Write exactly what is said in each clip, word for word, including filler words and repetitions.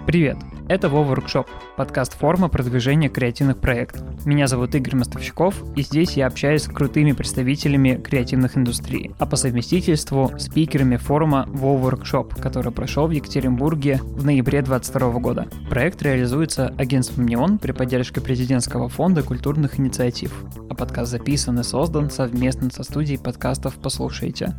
Привет! Это Во Workshop, подкаст форума продвижения креативных проектов. Меня зовут Игорь Мостовщиков, и здесь я общаюсь с крутыми представителями креативных индустрий, а по совместительству спикерами форума Во Workshop, который прошел в Екатеринбурге в ноябре две тысячи двадцатого года. Проект реализуется агентством «Неон» при поддержке президентского фонда культурных инициатив, а подкаст записан и создан совместно со студией подкастов «Послушайте».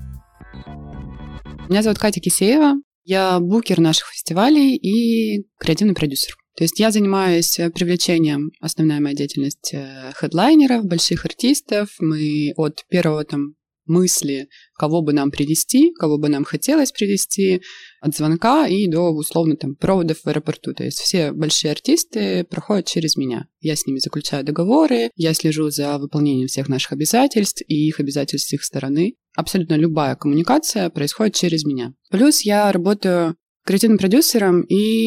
Меня зовут Катя Кисеева. Я букер наших фестивалей и креативный продюсер. То есть я занимаюсь привлечением, основная моя деятельность, хедлайнеров, больших артистов. Мы от первого там мысли, кого бы нам привезти, кого бы нам хотелось привезти, от звонка и до, условно, там, проводов в аэропорту. То есть все большие артисты проходят через меня. Я с ними заключаю договоры, я слежу за выполнением всех наших обязательств и их обязательств с их стороны. Абсолютно любая коммуникация происходит через меня. Плюс я работаю креативным продюсером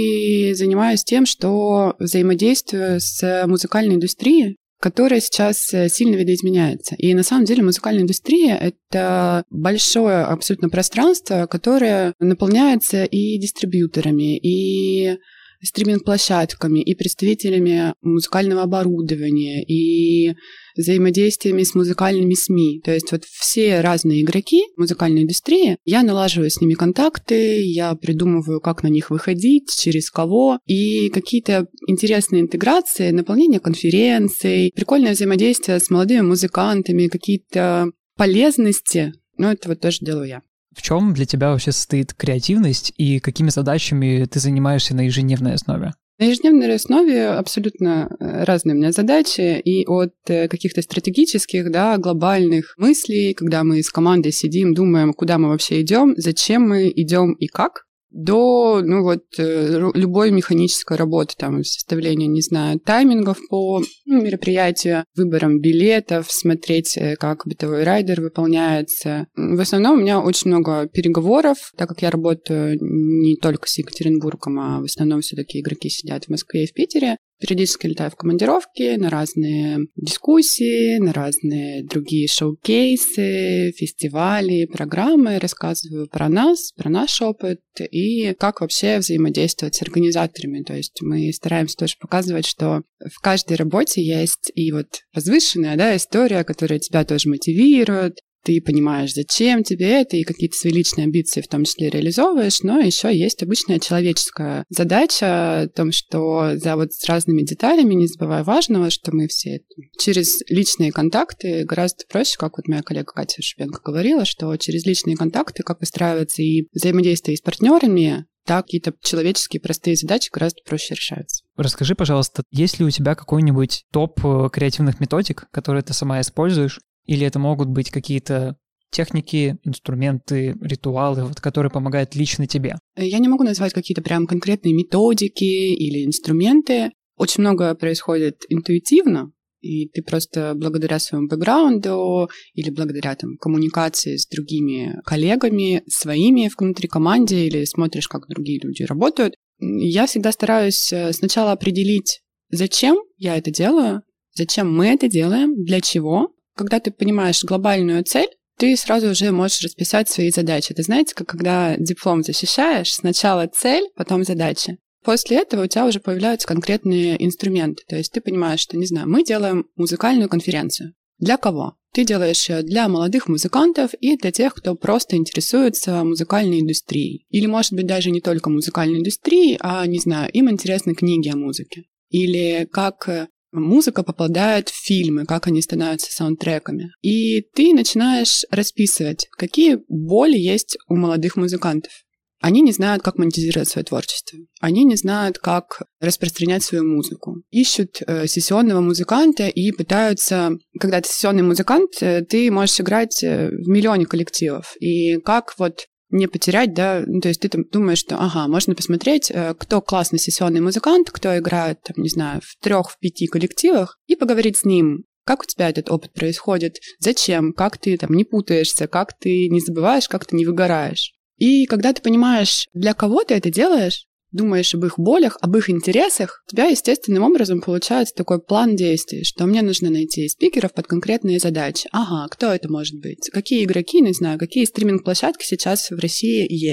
и занимаюсь тем, что взаимодействую с музыкальной индустрией, которая сейчас сильно видоизменяется. И на самом деле музыкальная индустрия — это большое абсолютно пространство, которое наполняется и дистрибьюторами, и стриминг-площадками, и представителями музыкального оборудования, и взаимодействиями с музыкальными СМИ. То есть вот все разные игроки музыкальной индустрии, я налаживаю с ними контакты, я придумываю, как на них выходить, через кого, и какие-то интересные интеграции, наполнение конференций, прикольное взаимодействие с молодыми музыкантами, какие-то полезности. Ну, это вот тоже делаю я. В чем для тебя вообще состоит креативность и какими задачами ты занимаешься на ежедневной основе? На ежедневной основе абсолютно разные у меня задачи, и от каких-то стратегических, да, глобальных мыслей, когда мы с командой сидим, думаем, куда мы вообще идем, зачем мы идем и как, до, ну вот, любой механической работы, там, составления, не знаю, таймингов по мероприятию, выбором билетов, смотреть, как бытовой райдер выполняется. В основном у меня очень много переговоров, так как я работаю не только с Екатеринбургом, а в основном все-таки игроки сидят в Москве и в Питере. Периодически летаю в командировки на разные дискуссии, на разные другие шоу-кейсы, фестивали, программы, рассказываю про нас, про наш опыт и как вообще взаимодействовать с организаторами. То есть мы стараемся тоже показывать, что в каждой работе есть и вот возвышенная, да, история, которая тебя тоже мотивирует. Ты понимаешь, зачем тебе это, и какие-то свои личные амбиции в том числе реализовываешь, но еще есть обычная человеческая задача в том, что за вот с разными деталями, не забывая важного, что мы все через личные контакты гораздо проще, как вот моя коллега Катя Шубенко говорила, что через личные контакты, как выстраиваться и взаимодействие с партнерами, так какие-то человеческие простые задачи гораздо проще решаются. Расскажи, пожалуйста, есть ли у тебя какой-нибудь топ креативных методик, которые ты сама используешь? Или это могут быть какие-то техники, инструменты, ритуалы, вот, которые помогают лично тебе? Я не могу назвать какие-то прям конкретные методики или инструменты. Очень многое происходит интуитивно, и ты просто благодаря своему бэкграунду или благодаря там, коммуникации с другими коллегами, своими внутри команде, или смотришь, как другие люди работают. Я всегда стараюсь сначала определить, зачем я это делаю, зачем мы это делаем, для чего. Когда ты понимаешь глобальную цель, ты сразу уже можешь расписать свои задачи. Это знаете, как когда диплом защищаешь, сначала цель, потом задачи. После этого у тебя уже появляются конкретные инструменты. То есть ты понимаешь, что, не знаю, мы делаем музыкальную конференцию. Для кого? Ты делаешь ее для молодых музыкантов и для тех, кто просто интересуется музыкальной индустрией. Или, может быть, даже не только музыкальной индустрией, а, не знаю, им интересны книги о музыке. Или как музыка попадает в фильмы, как они становятся саундтреками. И ты начинаешь расписывать, какие боли есть у молодых музыкантов. Они не знают, как монетизировать свое творчество. Они не знают, как распространять свою музыку. Ищут э, сессионного музыканта и пытаются... Когда ты сессионный музыкант, ты можешь играть в миллионе коллективов. И как вот не потерять, да, ну, то есть ты там думаешь, что, ага, можно посмотреть, кто классный сессионный музыкант, кто играет, там, не знаю, в трех, в пяти коллективах, и поговорить с ним, как у тебя этот опыт происходит, зачем, как ты там не путаешься, как ты не забываешь, как ты не выгораешь. И когда ты понимаешь, для кого ты это делаешь, думаешь об их болях, об их интересах, у тебя естественным образом получается такой план действий, что мне нужно найти спикеров под конкретные задачи. Ага, кто это может быть? Какие игроки, не знаю, какие стриминг-площадки сейчас в России есть?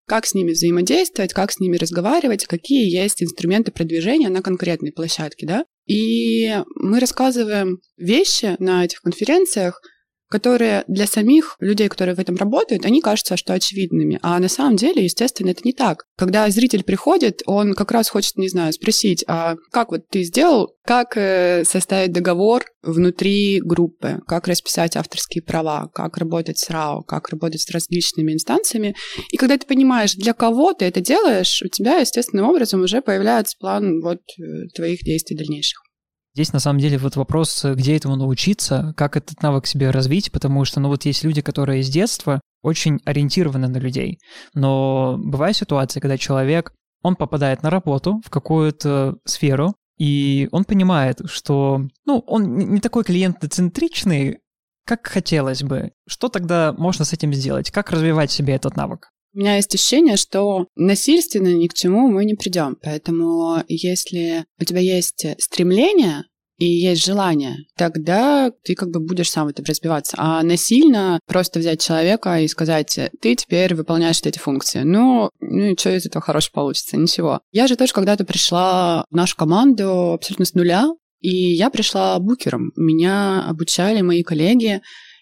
как с ними взаимодействовать, как с ними разговаривать, какие есть инструменты продвижения на конкретной площадке, да. И мы рассказываем вещи на этих конференциях, которые для самих людей, которые в этом работают, они кажутся, что очевидными. А на самом деле, естественно, это не так. Когда зритель приходит, он как раз хочет, не знаю, спросить, а как вот ты сделал, как составить договор внутри группы, как расписать авторские права, как работать с РАО, как работать с различными инстанциями. И когда ты понимаешь, для кого ты это делаешь, у тебя естественным образом уже появляется план вот твоих действий дальнейших. Здесь, на самом деле, вот вопрос, где этому научиться, как этот навык себе развить, потому что, ну, вот есть люди, которые с детства очень ориентированы на людей, но бывает ситуация, когда человек, он попадает на работу в какую-то сферу, и он понимает, что, ну, он не такой клиентоцентричный, как хотелось бы. Что тогда можно с этим сделать? Как развивать в себе этот навык? У меня есть ощущение, что насильственно ни к чему мы не придем. Поэтому если у тебя есть стремление и есть желание, тогда ты как бы будешь сам в этом разбиваться. А насильно просто взять человека и сказать, ты теперь выполняешь эти функции. Ну, ну и что из этого хорошего получится? Ничего. Я же тоже когда-то пришла в нашу команду абсолютно с нуля, и я пришла букером. Меня обучали мои коллеги,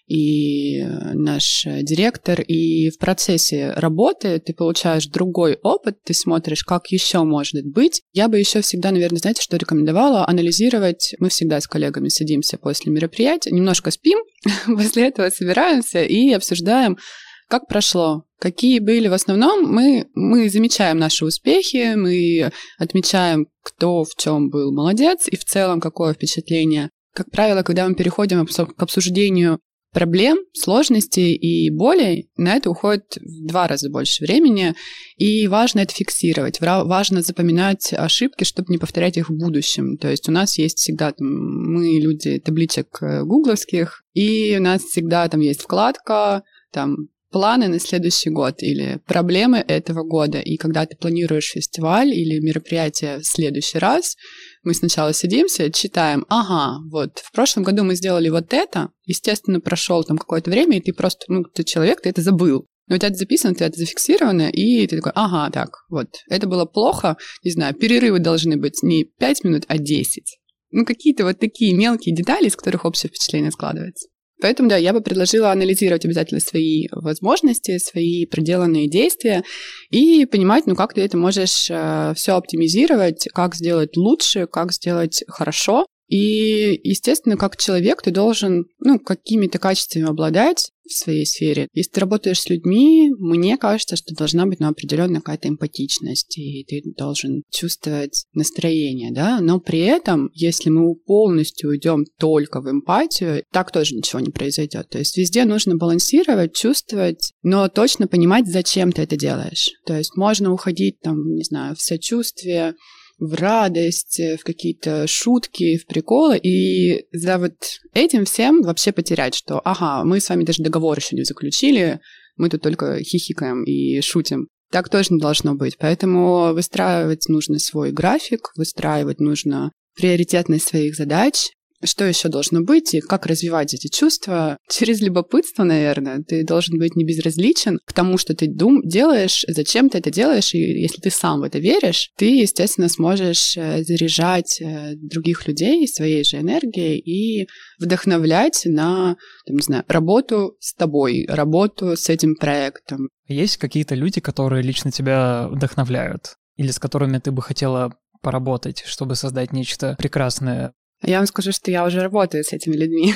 и наш директор, и в процессе работы ты получаешь другой опыт, ты смотришь, как еще может быть. Я бы еще всегда, наверное, знаете, что рекомендовала? Анализировать. Мы всегда с коллегами садимся после мероприятия, немножко спим, после этого собираемся и обсуждаем, как прошло, какие были в основном. Мы, мы замечаем наши успехи, мы отмечаем, кто в чем был молодец, и в целом какое впечатление. Как правило, когда мы переходим к обсуждению проблем, сложностей и болей, на это уходит в два раза больше времени, и важно это фиксировать, важно запоминать ошибки, чтобы не повторять их в будущем. То есть у нас есть всегда, там, мы люди табличек гугловских, и у нас всегда там есть вкладка, там, планы на следующий год или проблемы этого года. И когда ты планируешь фестиваль или мероприятие в следующий раз, мы сначала садимся, читаем, ага, вот в прошлом году мы сделали вот это, естественно, прошло там какое-то время, и ты просто, ну, ты человек, ты это забыл. Но у тебя это записано, ты это зафиксировано, и ты такой, ага, так, вот, это было плохо, не знаю, перерывы должны быть не пять минут, а десять. Ну, какие-то вот такие мелкие детали, из которых общее впечатление складывается. Поэтому, да, я бы предложила анализировать обязательно свои возможности, свои проделанные действия и понимать, ну, как ты это можешь э, все оптимизировать, как сделать лучше, как сделать хорошо. И, естественно, как человек ты должен, ну, какими-то качествами обладать в своей сфере. Если ты работаешь с людьми, мне кажется, что должна быть, ну, определенная какая-то эмпатичность, и ты должен чувствовать настроение, да, но при этом, если мы полностью уйдем только в эмпатию, так тоже ничего не произойдет. То есть везде нужно балансировать, чувствовать, но точно понимать, зачем ты это делаешь. То есть можно уходить, там, не знаю, в сочувствие, в радость, в какие-то шутки, в приколы, и за вот этим всем вообще потерять, что, ага, мы с вами даже договор еще не заключили, мы тут только хихикаем и шутим. Так тоже не должно быть. Поэтому выстраивать нужно свой график, выстраивать нужно приоритетность своих задач. Что еще должно быть и как развивать эти чувства? Через любопытство, наверное. Ты должен быть не безразличен к тому, что ты дум- делаешь, зачем ты это делаешь, и если ты сам в это веришь, ты, естественно, сможешь заряжать других людей своей же энергией и вдохновлять на, там, не знаю, работу с тобой, работу с этим проектом. Есть какие-то люди, которые лично тебя вдохновляют? Или с которыми ты бы хотела поработать, чтобы создать нечто прекрасное? Я вам скажу, что я уже работаю с этими людьми.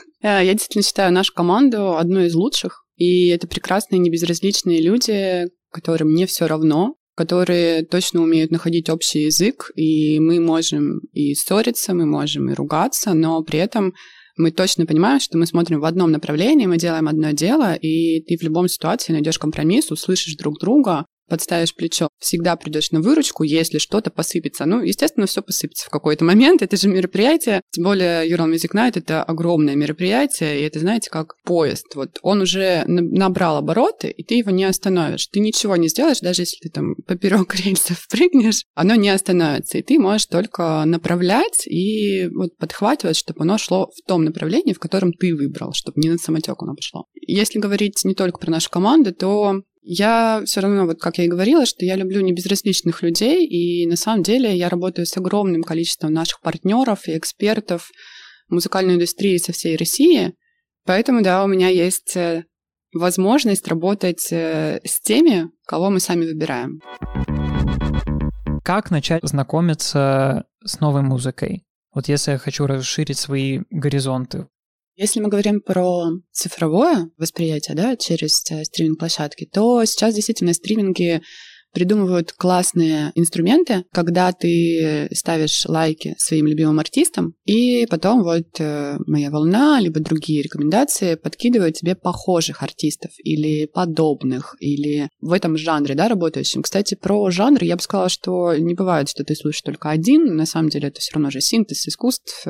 Я действительно считаю нашу команду одной из лучших. И это прекрасные, небезразличные люди, которым не все равно, которые точно умеют находить общий язык. И мы можем и ссориться, мы можем и ругаться, но при этом мы точно понимаем, что мы смотрим в одном направлении, мы делаем одно дело, и ты в любом ситуации найдешь компромисс, услышишь друг друга, подставишь плечо, всегда придешь на выручку, если что-то посыпется. Ну, естественно, все посыпется в какой-то момент. Это же мероприятие. Тем более Ural Music Night — это огромное мероприятие, и это, знаете, как поезд. Вот он уже набрал обороты, и ты его не остановишь. Ты ничего не сделаешь, даже если ты там поперек рельсов прыгнешь, оно не остановится. И ты можешь только направлять и вот подхватывать, чтобы оно шло в том направлении, в котором ты выбрал, чтобы не на самотек оно пошло. Если говорить не только про нашу команду, то Я все равно, вот как я и говорила, что я люблю небезразличных людей, и на самом деле я работаю с огромным количеством наших партнеров и экспертов музыкальной индустрии со всей России, поэтому, да, у меня есть возможность работать с теми, кого мы сами выбираем. Как начать знакомиться с новой музыкой? Вот если я хочу расширить свои горизонты. Если мы говорим про цифровое восприятие, да, через стриминг-площадки, то сейчас действительно стриминги придумывают классные инструменты, когда ты ставишь лайки своим любимым артистам, и потом вот «Моя волна», либо другие рекомендации подкидывают тебе похожих артистов или подобных, или в этом жанре, да, работающим. Кстати, про жанр я бы сказала, что не бывает, что ты слушаешь только один, на самом деле это все равно же синтез искусств,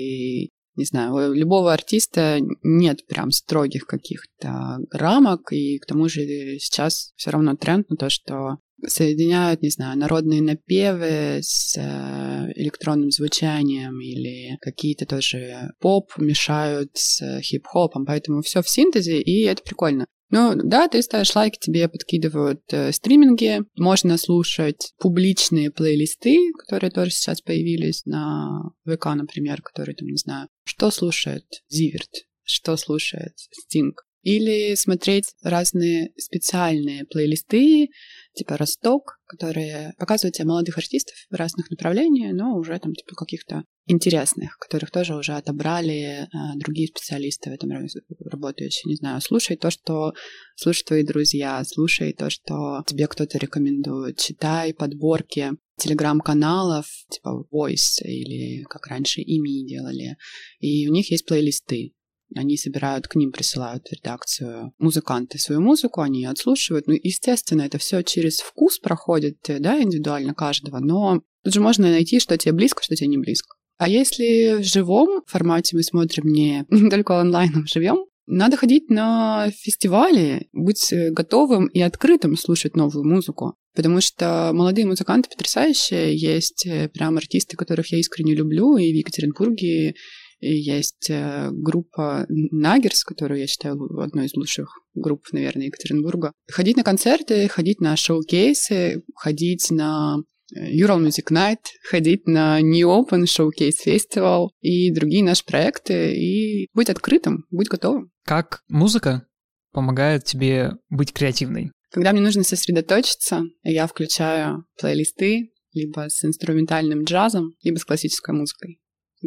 и не знаю, у любого артиста нет прям строгих каких-то рамок, и к тому же сейчас все равно тренд на то, что соединяют, не знаю, народные напевы с электронным звучанием или какие-то тоже поп мешают с хип-хопом, поэтому все в синтезе, и это прикольно. Ну да, ты ставишь лайки, тебе подкидывают э, стриминги, можно слушать публичные плейлисты, которые тоже сейчас появились на ВК, например, которые там, не знаю, что слушает Зиверт, что слушает Стинг. Или смотреть разные специальные плейлисты, типа Росток, которые показывают тебе молодых артистов в разных направлениях, но уже там типа каких-то интересных, которых тоже уже отобрали а, другие специалисты в этом работающие. Не знаю, слушай то, что слушают твои друзья, слушай то, что тебе кто-то рекомендует, читай подборки телеграм-каналов типа Voice или как раньше ИМИ делали, и у них есть плейлисты. Они собирают, к ним присылают в редакцию музыканты свою музыку, они ее отслушивают. Ну, естественно, это все через вкус проходит, да, индивидуально каждого, но тут же можно найти, что тебе близко, что тебе не близко. А если в живом формате мы смотрим не только онлайн, а в живем, надо ходить на фестивали, быть готовым и открытым слушать новую музыку. Потому что молодые музыканты потрясающие, есть прям артисты, которых я искренне люблю, и в Екатеринбурге есть группа Наггерс, которую я считаю одной из лучших групп, наверное, Екатеринбурга. Ходить на концерты, ходить на шоу-кейсы, ходить на Ural Music Night, ходить на New Open Showcase Festival и другие наши проекты, и быть открытым, быть готовым. Как музыка помогает тебе быть креативной? Когда мне нужно сосредоточиться, я включаю плейлисты либо с инструментальным джазом, либо с классической музыкой,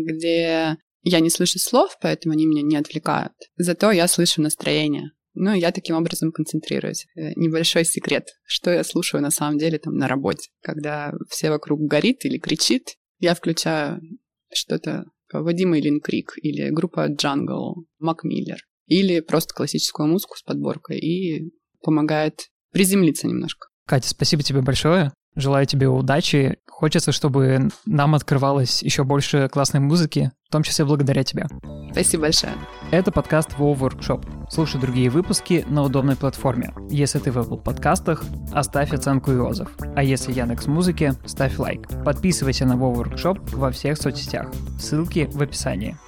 где я не слышу слов, поэтому они меня не отвлекают. Зато я слышу настроение. Ну, я таким образом концентрируюсь. Небольшой секрет, что я слушаю на самом деле там на работе. Когда все вокруг горит или кричит, я включаю что-то по Вадима Илин Крик или группа Jungle, Мак Миллер. Или просто классическую музыку с подборкой, и помогает приземлиться немножко. Катя, спасибо тебе большое. Желаю тебе удачи. Хочется, чтобы нам открывалось еще больше классной музыки, в том числе благодаря тебе. Спасибо большое. Это подкаст Wow Workshop. Слушай другие выпуски на удобной платформе. Если ты в Apple подкастах, оставь оценку и отзыв. А если Яндекс.Музыке, ставь лайк. Подписывайся на Wow Workshop во всех соцсетях. Ссылки в описании.